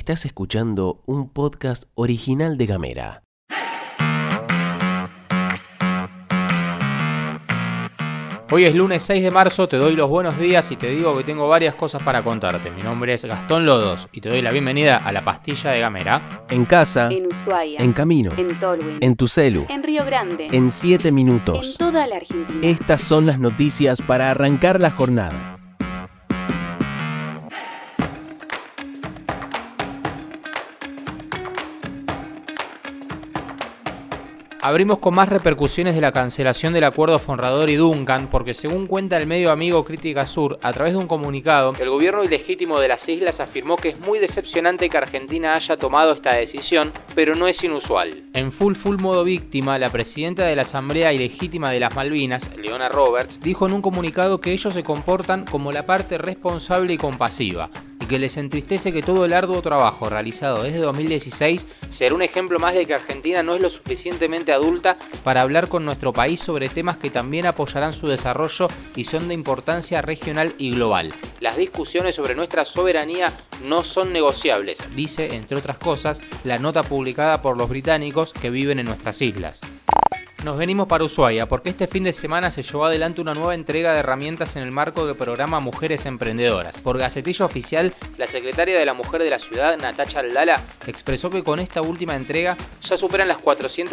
Estás escuchando un podcast original de Gamera. Hoy es lunes 6 de marzo, te doy los buenos días y te digo que tengo varias cosas para contarte. Mi nombre es Gastón Lodos y te doy la bienvenida a la pastilla de Gamera. En casa, en Ushuaia, en camino, en Tolwyn, en tu celu, en Río Grande, en 7 minutos. en toda la Argentina. Estas son las noticias para arrancar la jornada. Abrimos con más repercusiones de la cancelación del acuerdo Fonrador y Duncan, porque según cuenta el medio amigo Crítica Sur, a través de un comunicado, el gobierno ilegítimo de las islas afirmó que es muy decepcionante que Argentina haya tomado esta decisión, pero no es inusual. En full modo víctima, la presidenta de la Asamblea Ilegítima de las Malvinas, Leona Roberts, dijo en un comunicado que ellos se comportan como la parte responsable y compasiva, y que les entristece que todo el arduo trabajo realizado desde 2016 será un ejemplo más de que Argentina no es lo suficientemente adulta para hablar con nuestro país sobre temas que también apoyarán su desarrollo y son de importancia regional y global. Las discusiones sobre nuestra soberanía no son negociables, dice, entre otras cosas, la nota publicada por los británicos que viven en nuestras islas. Nos venimos para Ushuaia porque este fin de semana se llevó adelante una nueva entrega de herramientas en el marco del programa Mujeres Emprendedoras. Por Gacetilla Oficial, la secretaria de la Mujer de la ciudad, Natacha Aldala, expresó que con esta última entrega ya superan las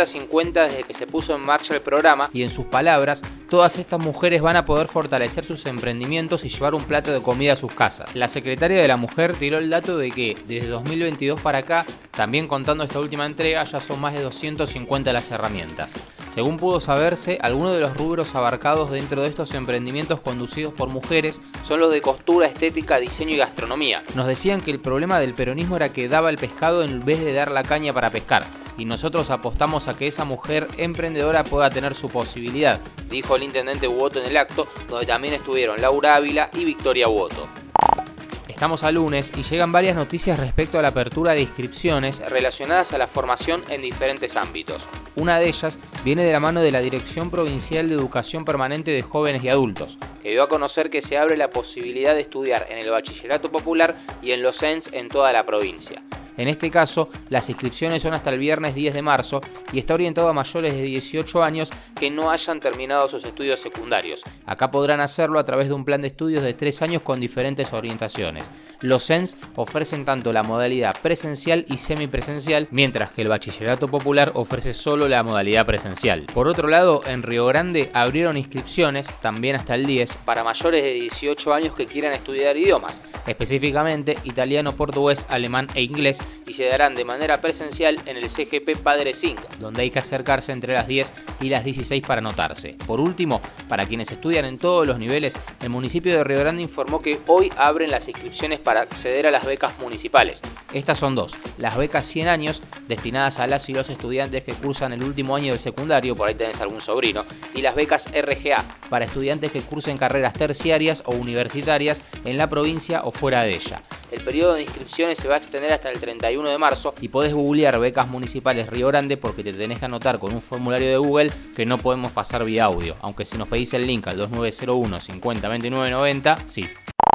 450 desde que se puso en marcha el programa y, en sus palabras, todas estas mujeres van a poder fortalecer sus emprendimientos y llevar un plato de comida a sus casas. La secretaria de la Mujer tiró el dato de que desde 2022 para acá, también contando esta última entrega, ya son más de 250 las herramientas. Según pudo saberse, algunos de los rubros abarcados dentro de estos emprendimientos conducidos por mujeres son los de costura, estética, diseño y gastronomía. Nos decían que el problema del peronismo era que daba el pescado en vez de dar la caña para pescar, y nosotros apostamos a que esa mujer emprendedora pueda tener su posibilidad, dijo el intendente Uoto en el acto, donde también estuvieron Laura Ávila y Victoria Uoto. Estamos a lunes y llegan varias noticias respecto a la apertura de inscripciones relacionadas a la formación en diferentes ámbitos. Una de ellas viene de la mano de la Dirección Provincial de Educación Permanente de Jóvenes y Adultos, que dio a conocer que se abre la posibilidad de estudiar en el Bachillerato Popular y en los CENS en toda la provincia. En este caso, las inscripciones son hasta el viernes 10 de marzo y está orientado a mayores de 18 años que no hayan terminado sus estudios secundarios. Acá podrán hacerlo a través de un plan de estudios de 3 años con diferentes orientaciones. Los CENS ofrecen tanto la modalidad presencial y semipresencial, mientras que el Bachillerato Popular ofrece solo la modalidad presencial. Por otro lado, en Río Grande abrieron inscripciones, también hasta el 10, para mayores de 18 años que quieran estudiar idiomas, específicamente italiano, portugués, alemán e inglés, y se darán de manera presencial en el CGP Padre Zinc, donde hay que acercarse entre las 10 y las 16 para anotarse. Por último, para quienes estudian en todos los niveles, el municipio de Río Grande informó que hoy abren las inscripciones para acceder a las becas municipales. Estas son dos: las becas 100 años, destinadas a las y los estudiantes que cursan el último año del secundario, por ahí tenés algún sobrino, y las becas RGA, para estudiantes que cursen carreras terciarias o universitarias en la provincia o fuera de ella. El periodo de inscripciones se va a extender hasta el 31 de marzo y podés googlear becas municipales Río Grande porque te tenés que anotar con un formulario de Google que no podemos pasar vía audio, aunque si nos pedís el link al 2901 50 29 90, sí.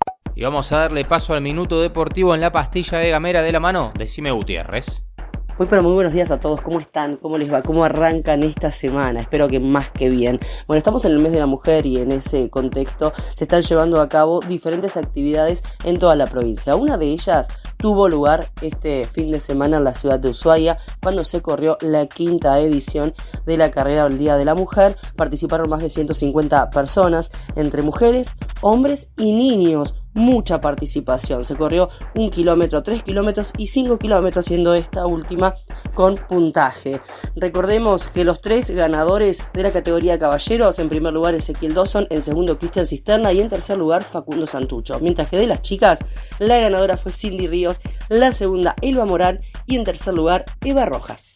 Y vamos a darle paso al minuto deportivo en la pastilla de Gamera de la mano de Sime Gutiérrez. Muy buenos días a todos, ¿cómo están? ¿Cómo les va? ¿Cómo arrancan esta semana? Espero que más que bien. Bueno, estamos en el mes de la mujer y en ese contexto se están llevando a cabo diferentes actividades en toda la provincia. Una de ellas tuvo lugar este fin de semana en la ciudad de Ushuaia, cuando se corrió la 5ª edición de la carrera del Día de la Mujer. Participaron más de 150 personas, entre mujeres, hombres y niños. Mucha participación, se corrió 1 kilómetro, 3 kilómetros y 5 kilómetros, siendo esta última con puntaje. Recordemos que los 3 ganadores de la categoría caballeros: en primer lugar Ezequiel Dawson, en segundo Cristian Cisterna y en tercer lugar Facundo Santucho, mientras que de las chicas la ganadora fue Cindy Ríos, la segunda Elba Morán y en tercer lugar Eva Rojas.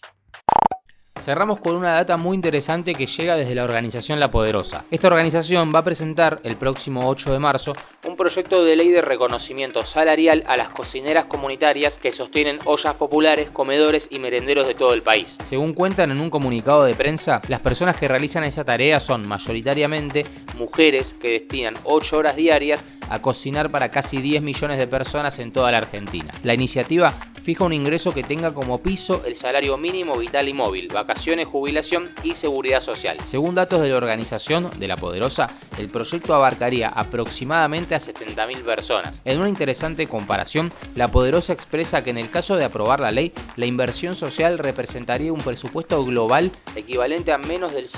Cerramos con una data muy interesante que llega desde la organización La Poderosa. Esta organización va a presentar el próximo 8 de marzo un proyecto de ley de reconocimiento salarial a las cocineras comunitarias que sostienen ollas populares, comedores y merenderos de todo el país. Según cuentan en un comunicado de prensa, las personas que realizan esa tarea son mayoritariamente mujeres que destinan 8 horas diarias a cocinar para casi 10 millones de personas en toda la Argentina. La iniciativa fija un ingreso que tenga como piso el salario mínimo vital y móvil, vacaciones, jubilación y seguridad social. Según datos de la organización de La Poderosa, el proyecto abarcaría aproximadamente a 70.000 personas. En una interesante comparación, La Poderosa expresa que en el caso de aprobar la ley, la inversión social representaría un presupuesto global equivalente a menos del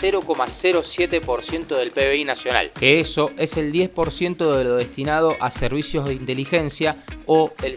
0,07% del PBI nacional, que eso es el 10% de lo destinado a servicios de inteligencia o el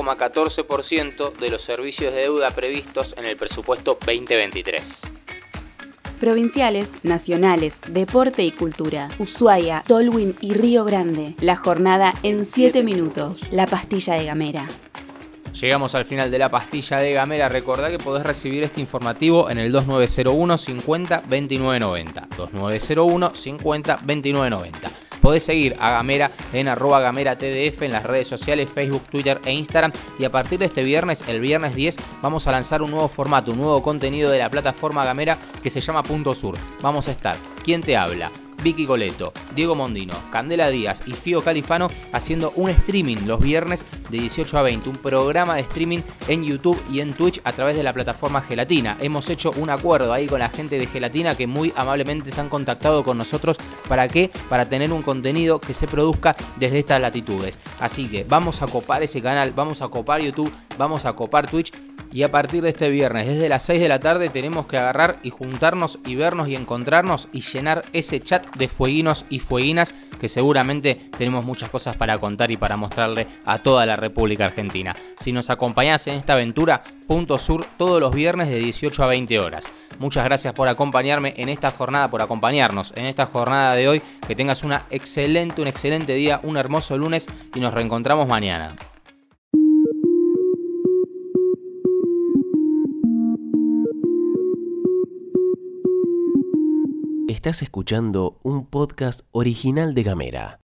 0,14% de los servicios de deuda previstos en el presupuesto 2023. Provinciales, nacionales, deporte y cultura. Ushuaia, Tolwyn y Río Grande. La jornada en 7 minutos. La pastilla de Gamera. Llegamos al final de la pastilla de Gamera. Recordá que podés recibir este informativo en el 2901 50 29 90. 2901 50 29 90. Podés seguir a Gamera en @GameraTDF en las redes sociales, Facebook, Twitter e Instagram. Y a partir de este viernes, el viernes 10, vamos a lanzar un nuevo formato, un nuevo contenido de la plataforma Gamera que se llama Punto Sur. Vamos a estar, ¿quién te habla? Vicky Coleto, Diego Mondino, Candela Díaz y Fío Califano haciendo un streaming los viernes de 18 a 20, un programa de streaming en YouTube y en Twitch a través de la plataforma Gelatina. Hemos hecho un acuerdo ahí con la gente de Gelatina que muy amablemente se han contactado con nosotros. ¿Para qué? Para tener un contenido que se produzca desde estas latitudes. Así que vamos a copar ese canal, vamos a copar YouTube, vamos a copar Twitch. Y a partir de este viernes, desde las 6 de la tarde, tenemos que agarrar y juntarnos y vernos y encontrarnos y llenar ese chat de fueguinos y fueguinas que seguramente tenemos muchas cosas para contar y para mostrarle a toda la República Argentina. Si nos acompañás en esta aventura, Punto Sur todos los viernes de 18 a 20 horas. Muchas gracias por acompañarme en esta jornada, por acompañarnos en esta jornada de hoy. Que tengas un excelente día, un hermoso lunes y nos reencontramos mañana. Estás escuchando un podcast original de Gamera.